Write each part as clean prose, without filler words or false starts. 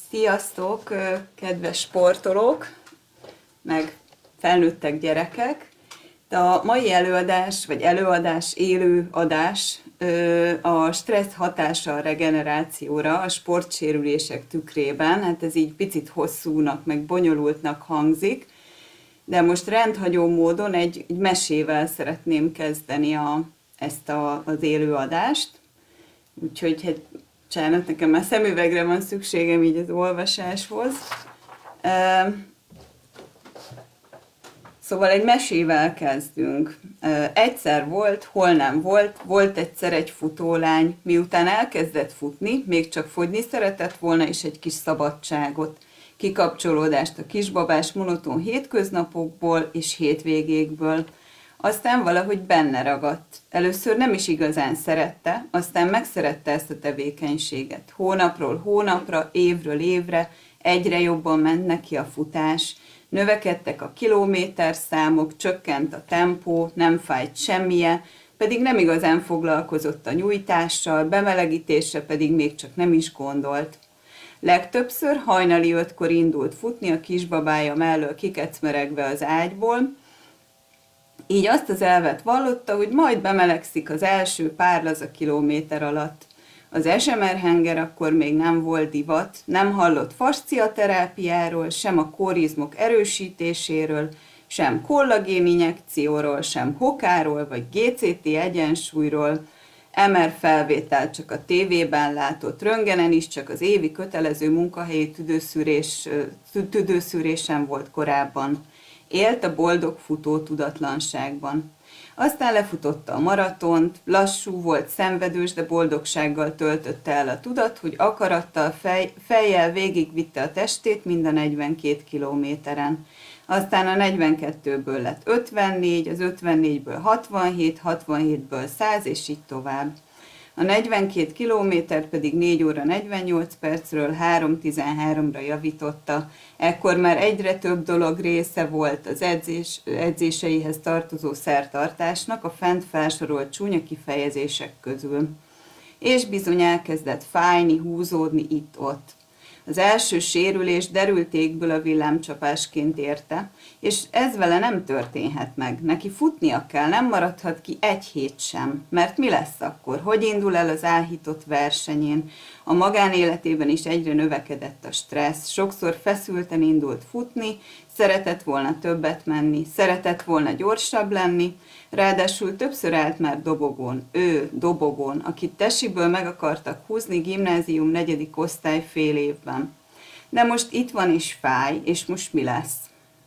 Sziasztok, kedves sportolók, meg felnőttek gyerekek! A mai előadás, vagy élő adás a stressz hatása a regenerációra, a sportsérülések tükrében. Hát ez így picit hosszúnak, meg bonyolultnak hangzik, de most rendhagyó módon egy mesével szeretném kezdeni az élőadást. Úgyhogy hát, bocsánat, nekem már szemüvegre van szükségem így az olvasáshoz. Szóval egy mesével kezdünk. Egyszer volt, hol nem volt, volt egyszer egy futólány, miután elkezdett futni, még csak fogyni szeretett volna, és egy kis szabadságot, kikapcsolódást a kisbabás monoton hétköznapokból és hétvégékből. Aztán valahogy benne ragadt. Először nem is igazán szerette, aztán megszerette ezt a tevékenységet. Hónapról hónapra, évről évre egyre jobban ment neki a futás. Növekedtek a kilométerszámok, csökkent a tempó, nem fájt semmije, pedig nem igazán foglalkozott a nyújtással, bemelegítésre pedig még csak nem is gondolt. Legtöbbször hajnali 5-kor indult futni a kisbabája mellől kikecmeregve az ágyból, így azt az elvet vallotta, hogy majd bemelegszik az első pár laza kilométer alatt. Az SMR-henger akkor még nem volt divat, nem hallott fasciaterápiáról, sem a kórizmok erősítéséről, sem kollagéninjekcióról, sem hokáról vagy GCT egyensúlyról, MR felvétel csak a tévében látott, röntgenen is csak az évi kötelező munkahelyi tüdőszűrésen volt korábban. Élt a boldog futó tudatlanságban. Aztán lefutotta a maratont, lassú volt, szenvedős, de boldogsággal töltötte el a tudat, hogy akarattal, fejjel végigvitte a testét mind a 42 kilométeren. Aztán a 42-ből lett 54, az 54-ből 67, 67-ből 100, és így tovább. A 42 kilométert pedig 4 óra 48 percről 3:13-ra javította. Ekkor már egyre több dolog része volt az edzéseihez tartozó szertartásnak a fent felsorolt csúnya kifejezések közül. És bizony elkezdett fájni, húzódni itt-ott. Az első sérülés derült égből a villámcsapásként érte, és ez vele nem történhet meg. Neki futnia kell, nem maradhat ki egy hét sem. Mert mi lesz akkor? Hogy indul el az áhított versenyén? A magánéletében is egyre növekedett a stressz, sokszor feszülten indult futni, szeretett volna többet menni, szeretett volna gyorsabb lenni, ráadásul többször állt már dobogón, dobogón, akit tesiből meg akartak húzni gimnázium 4. osztály fél évben. De most itt van és fáj, és most mi lesz?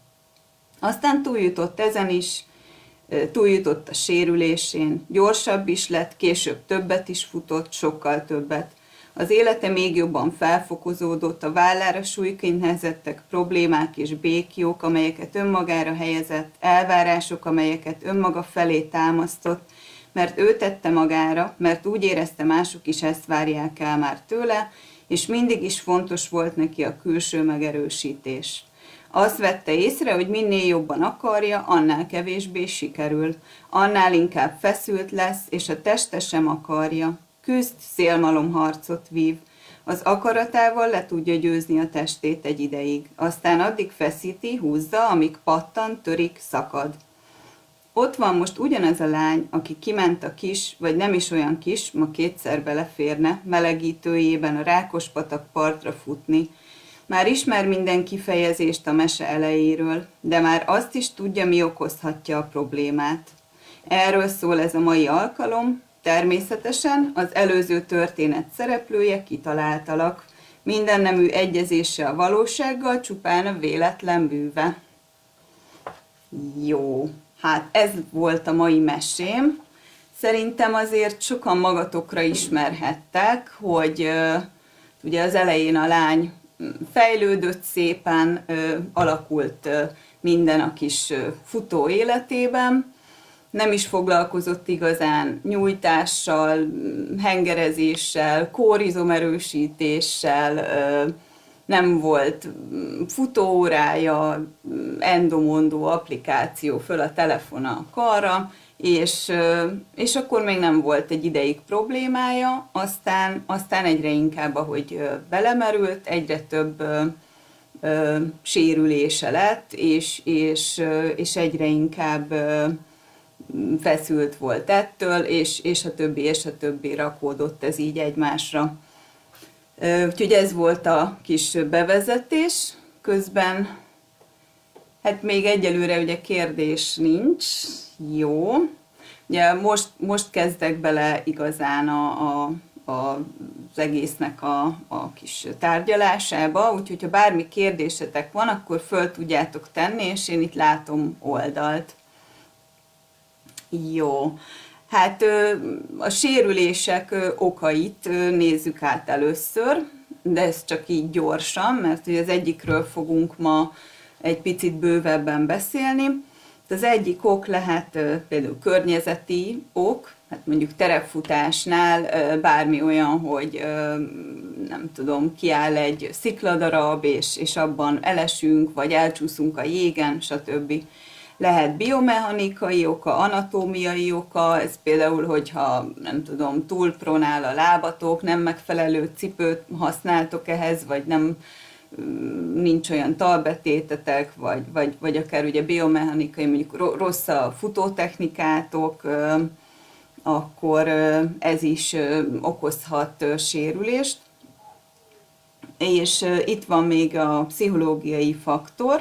Aztán túljutott ezen is, túljutott a sérülésén, gyorsabb is lett, később többet is futott, sokkal többet. Az élete még jobban felfokozódott, a vállára súlyként nehezettek problémák és békjók, amelyeket önmagára helyezett, elvárások, amelyeket önmaga felé támasztott, mert ő tette magára, mert úgy érezte, mások is ezt várják el már tőle, és mindig is fontos volt neki a külső megerősítés. Azt vette észre, hogy minél jobban akarja, annál kevésbé sikerül, annál inkább feszült lesz, és a teste sem akarja. Küzd, szélmalomharcot vív. Az akaratával le tudja győzni a testét egy ideig. Aztán addig feszíti, húzza, amíg pattan, törik, szakad. Ott van most ugyanaz a lány, aki kiment a kis, vagy nem is olyan kis, ma kétszer beleférne, melegítőjében a Rákospatak partra futni. Már ismer minden kifejezést a mese elejéről, de már azt is tudja, mi okozhatja a problémát. Erről szól ez a mai alkalom. Természetesen az előző történet szereplője kitaláltalak, mindennemű egyezése a valósággal csupán a véletlen bűve. Jó, hát ez volt a mai mesém. Szerintem azért sokan magatokra ismerhettek, hogy ugye az elején a lány fejlődött szépen, alakult minden a kis futó életében, nem is foglalkozott igazán nyújtással, hengerezéssel, kórizomerősítéssel, nem volt futóórája, endomondó applikáció föl a telefon a karra, és akkor még nem volt egy ideig problémája, aztán egyre inkább, ahogy belemerült, egyre több sérülése lett, és egyre inkább feszült volt ettől, és a többi rakódott ez így egymásra. Úgyhogy ez volt a kis bevezetés. Közben, hát még egyelőre ugye kérdés nincs. Jó. Ugye most kezdek bele igazán az egésznek a kis tárgyalásába, úgyhogy ha bármi kérdésetek van, akkor föl tudjátok tenni, és én itt látom oldalt. Jó. Hát a sérülések okait nézzük át először, de ez csak így gyorsan, mert ugye az egyikről fogunk ma egy picit bővebben beszélni. Az egyik ok lehet például környezeti ok, hát mondjuk terepfutásnál bármi olyan, hogy nem tudom, kiáll egy szikladarab, és abban elesünk, vagy elcsúszunk a jégen, stb. Lehet biomechanikai oka, anatómiai oka, ez például, hogyha nem tudom, túlpronál a lábatok, nem megfelelő cipőt használtok ehhez, vagy nincs olyan talbetétetek, vagy akár ugye biomechanikai, mondjuk rossz a futótechnikátok, akkor ez is okozhat sérülést. És itt van még a pszichológiai faktor,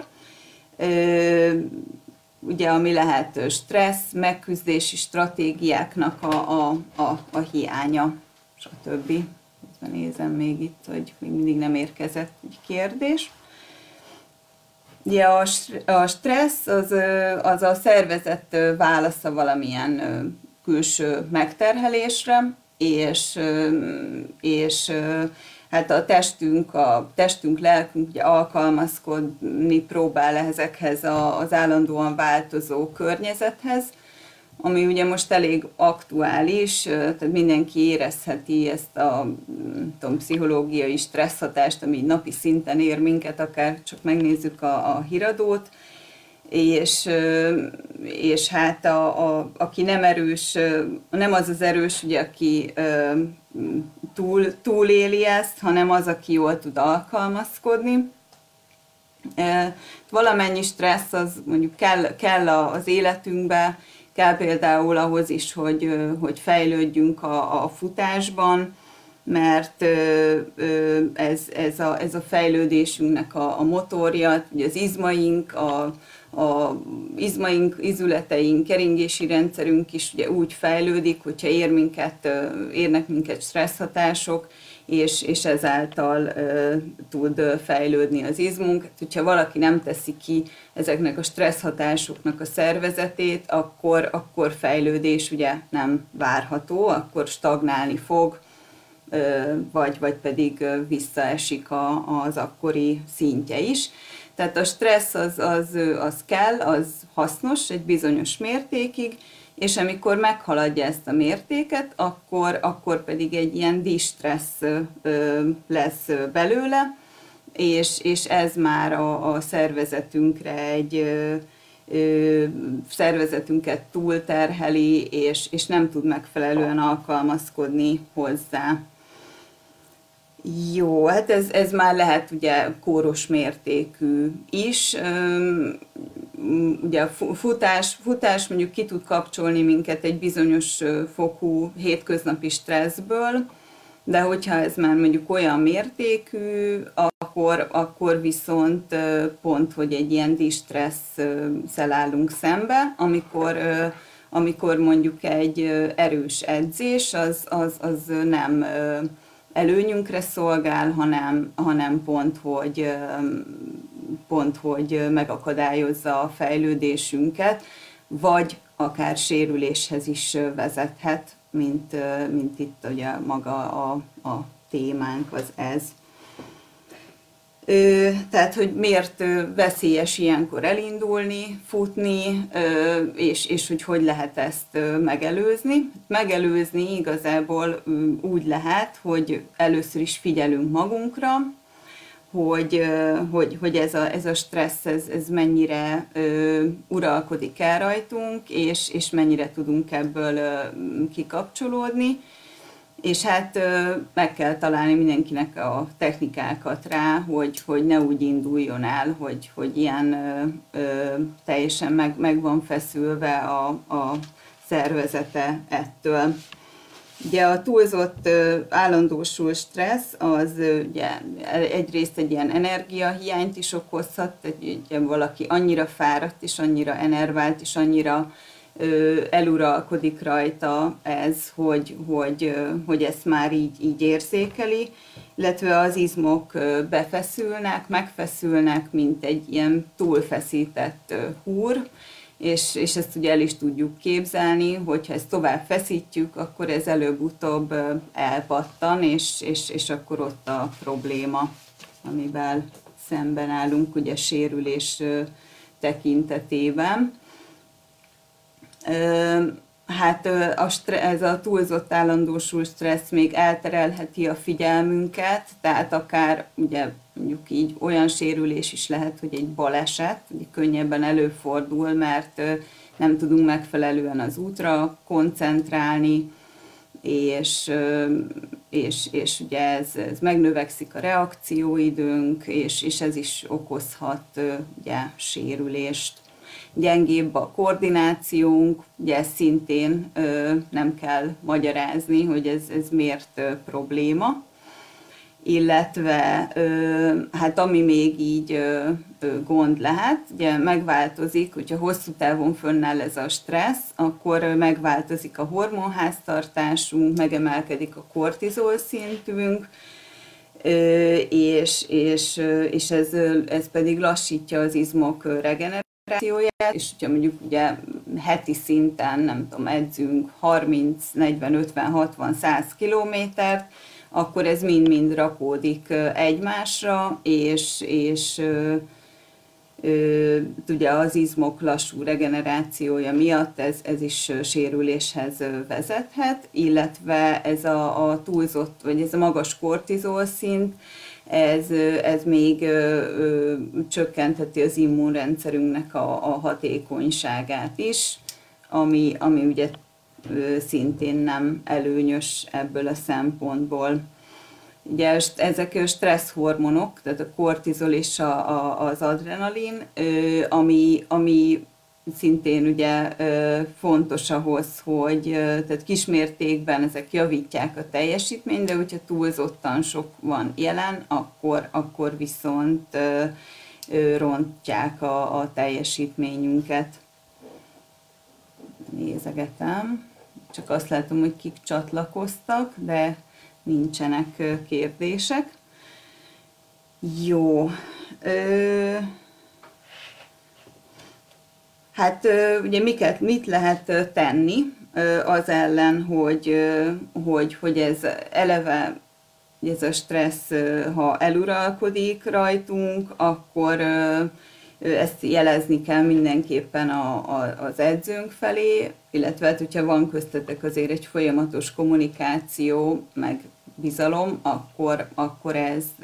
ugye, ami lehet stressz, megküzdési stratégiáknak a hiánya, stb. Nézem még itt, hogy még mindig nem érkezett egy kérdés. Ugye a stressz az a szervezet válasza valamilyen külső megterhelésre, és hát a testünk, lelkünk ugye alkalmazkodni próbál ezekhez az állandóan változó környezethez, ami ugye most elég aktuális, tehát mindenki érezheti ezt a pszichológiai stresszhatást, ami napi szinten ér minket, akár csak megnézzük a híradót, és hát aki nem erős, nem az az erős, ugye, aki túléli ezt, hanem az, aki jól tud alkalmazkodni. Valamennyi stressz az mondjuk kell az életünkbe, kell például ahhoz is, hogy fejlődjünk a futásban, mert ez a fejlődésünknek a motorja, ugye az izmaink, izületeink, keringési rendszerünk is ugye úgy fejlődik, hogyha érnek minket stresszhatások, és ezáltal tud fejlődni az izmunk. Hát, hogyha valaki nem teszi ki ezeknek a stresszhatásoknak a szervezetét, akkor fejlődés ugye nem várható, akkor stagnálni fog, vagy pedig visszaesik az akkori szintje is. Tehát a stressz az kell, az hasznos egy bizonyos mértékig, és amikor meghaladja ezt a mértéket, akkor pedig egy ilyen distressz lesz belőle, és ez már a szervezetünkre szervezetünket túlterheli, és nem tud megfelelően alkalmazkodni hozzá. Jó, hát ez már lehet ugye kóros mértékű is. Ugye a futás mondjuk ki tud kapcsolni minket egy bizonyos fokú hétköznapi stresszből, de hogyha ez már mondjuk olyan mértékű, akkor viszont pont, hogy egy ilyen distresszel állunk szembe, amikor mondjuk egy erős edzés, az nem előnyünkre szolgál, hanem pont, hogy megakadályozza a fejlődésünket, vagy akár sérüléshez is vezethet, mint itt ugye maga a témánk az ez. Tehát, hogy miért veszélyes ilyenkor elindulni, futni, és hogy lehet ezt megelőzni. Megelőzni igazából úgy lehet, hogy először is figyelünk magunkra, hogy ez a stressz, ez mennyire uralkodik el rajtunk, és mennyire tudunk ebből kikapcsolódni. És hát meg kell találni mindenkinek a technikákat rá, hogy ne úgy induljon el, hogy ilyen teljesen meg van feszülve a szervezete ettől. Ugye a túlzott állandósul stressz az ugye egyrészt egy ilyen energiahiányt is okozhat, ugye valaki annyira fáradt és annyira enervált és annyira eluralkodik rajta ez, hogy ezt már így érzékeli, illetve az izmok befeszülnek, megfeszülnek, mint egy ilyen túlfeszített húr, és ezt ugye el is tudjuk képzelni, hogyha ezt tovább feszítjük, akkor ez előbb-utóbb elpattan, és akkor ott a probléma, amivel szemben állunk, ugye sérülés tekintetében. Hát ez a túlzott állandósul stressz még elterelheti a figyelmünket, tehát akár ugye mondjuk így olyan sérülés is lehet, hogy egy baleset, ugye könnyebben előfordul, mert nem tudunk megfelelően az útra koncentrálni, és ugye ez megnövekszik a reakcióidőnk, és ez is okozhat ugye sérülést. Gyengébb a koordinációnk, ugye ezt szintén nem kell magyarázni, hogy ez miért probléma. Illetve hát ami még így gond lehet, ugye megváltozik, hogyha hosszú távon fönnáll ez a stressz, akkor megváltozik a hormonháztartásunk, megemelkedik a kortizol szintünk, és ez pedig lassítja az izmok regenerációját, és hogyha mondjuk ugye heti szinten, nem tudom, edzünk 30, 40, 50, 60, 100 kilométert, akkor ez mind-mind rakódik egymásra, és ugye az izmok lassú regenerációja miatt ez is sérüléshez vezethet, illetve ez a túlzott, vagy ez a magas kortizol szint, ez még csökkentheti az immunrendszerünknek a hatékonyságát is, ami ugye szintén nem előnyös ebből a szempontból. Ugye ezek stresszhormonok, tehát a kortizol és az adrenalin, ami szintén ugye fontos ahhoz, hogy tehát kismértékben ezek javítják a teljesítményt, de hogyha túlzottan sok van jelen, akkor viszont rontják a teljesítményünket. Nézegetem, csak azt látom, hogy kik csatlakoztak, de nincsenek kérdések. Jó. Hát ugye mit lehet tenni az ellen, hogy ez eleve, ez a stressz, ha eluralkodik rajtunk, akkor ezt jelezni kell mindenképpen az edzőnk felé, illetve hát, hogyha van köztetek azért egy folyamatos kommunikáció, meg bizalom, akkor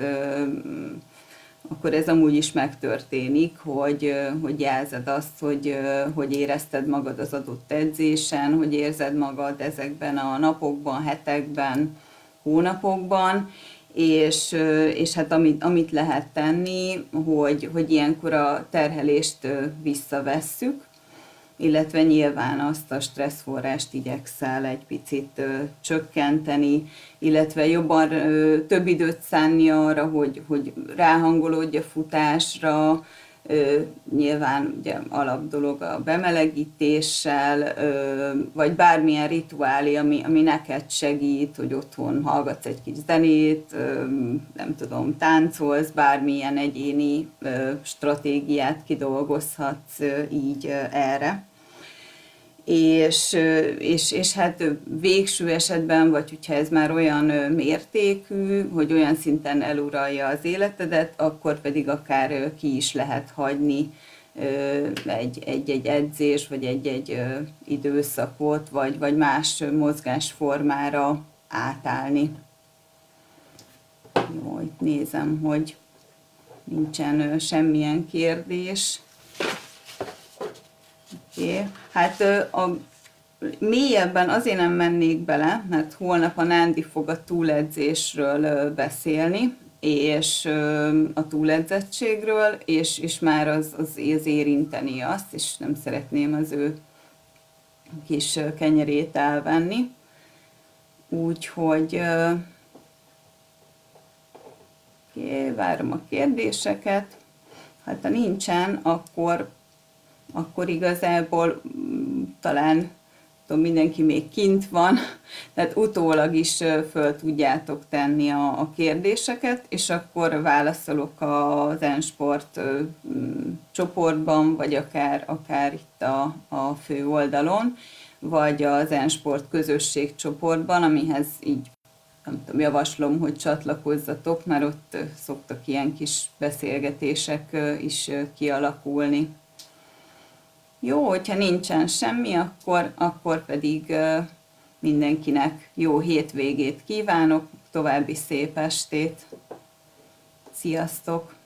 ez amúgy is megtörténik, hogy jelzed azt, hogy érezted magad az adott edzésen, hogy érzed magad ezekben a napokban, hetekben, hónapokban, és hát amit lehet tenni, hogy ilyenkor a terhelést visszavesszük, illetve nyilván azt a stresszforrást igyekszel egy picit csökkenteni, illetve jobban több időt szánni arra, hogy ráhangolódj a futásra, nyilván ugye alapdolog a bemelegítéssel, vagy bármilyen rituálé, ami neked segít, hogy otthon hallgatsz egy kis zenét, nem tudom, táncolsz, bármilyen egyéni stratégiát kidolgozhatsz így erre. És hát végső esetben, vagy hogyha ez már olyan mértékű, hogy olyan szinten eluralja az életedet, akkor pedig akár ki is lehet hagyni egy edzés, vagy egy időszakot, vagy más mozgásformára átállni. Jó, itt nézem, hogy nincsen semmilyen kérdés. Okay. Hát a mélyebben azért nem mennék bele, mert holnap a Nándi fog a túledzésről beszélni, és a túledzettségről, és már az érinteni azt, és nem szeretném az ő kis kenyerét elvenni. Úgyhogy várom a kérdéseket. Hát ha nincsen, akkor igazából talán mindenki még kint van, tehát utólag is föl tudjátok tenni a kérdéseket, és akkor válaszolok az N-Sport csoportban, vagy akár itt a fő oldalon, vagy az N-Sport közösség csoportban, amihez így nem tudom, javaslom, hogy csatlakozzatok, mert ott szoktak ilyen kis beszélgetések is kialakulni. Jó, hogyha nincsen semmi, akkor pedig mindenkinek jó hétvégét kívánok, további szép estét. Sziasztok!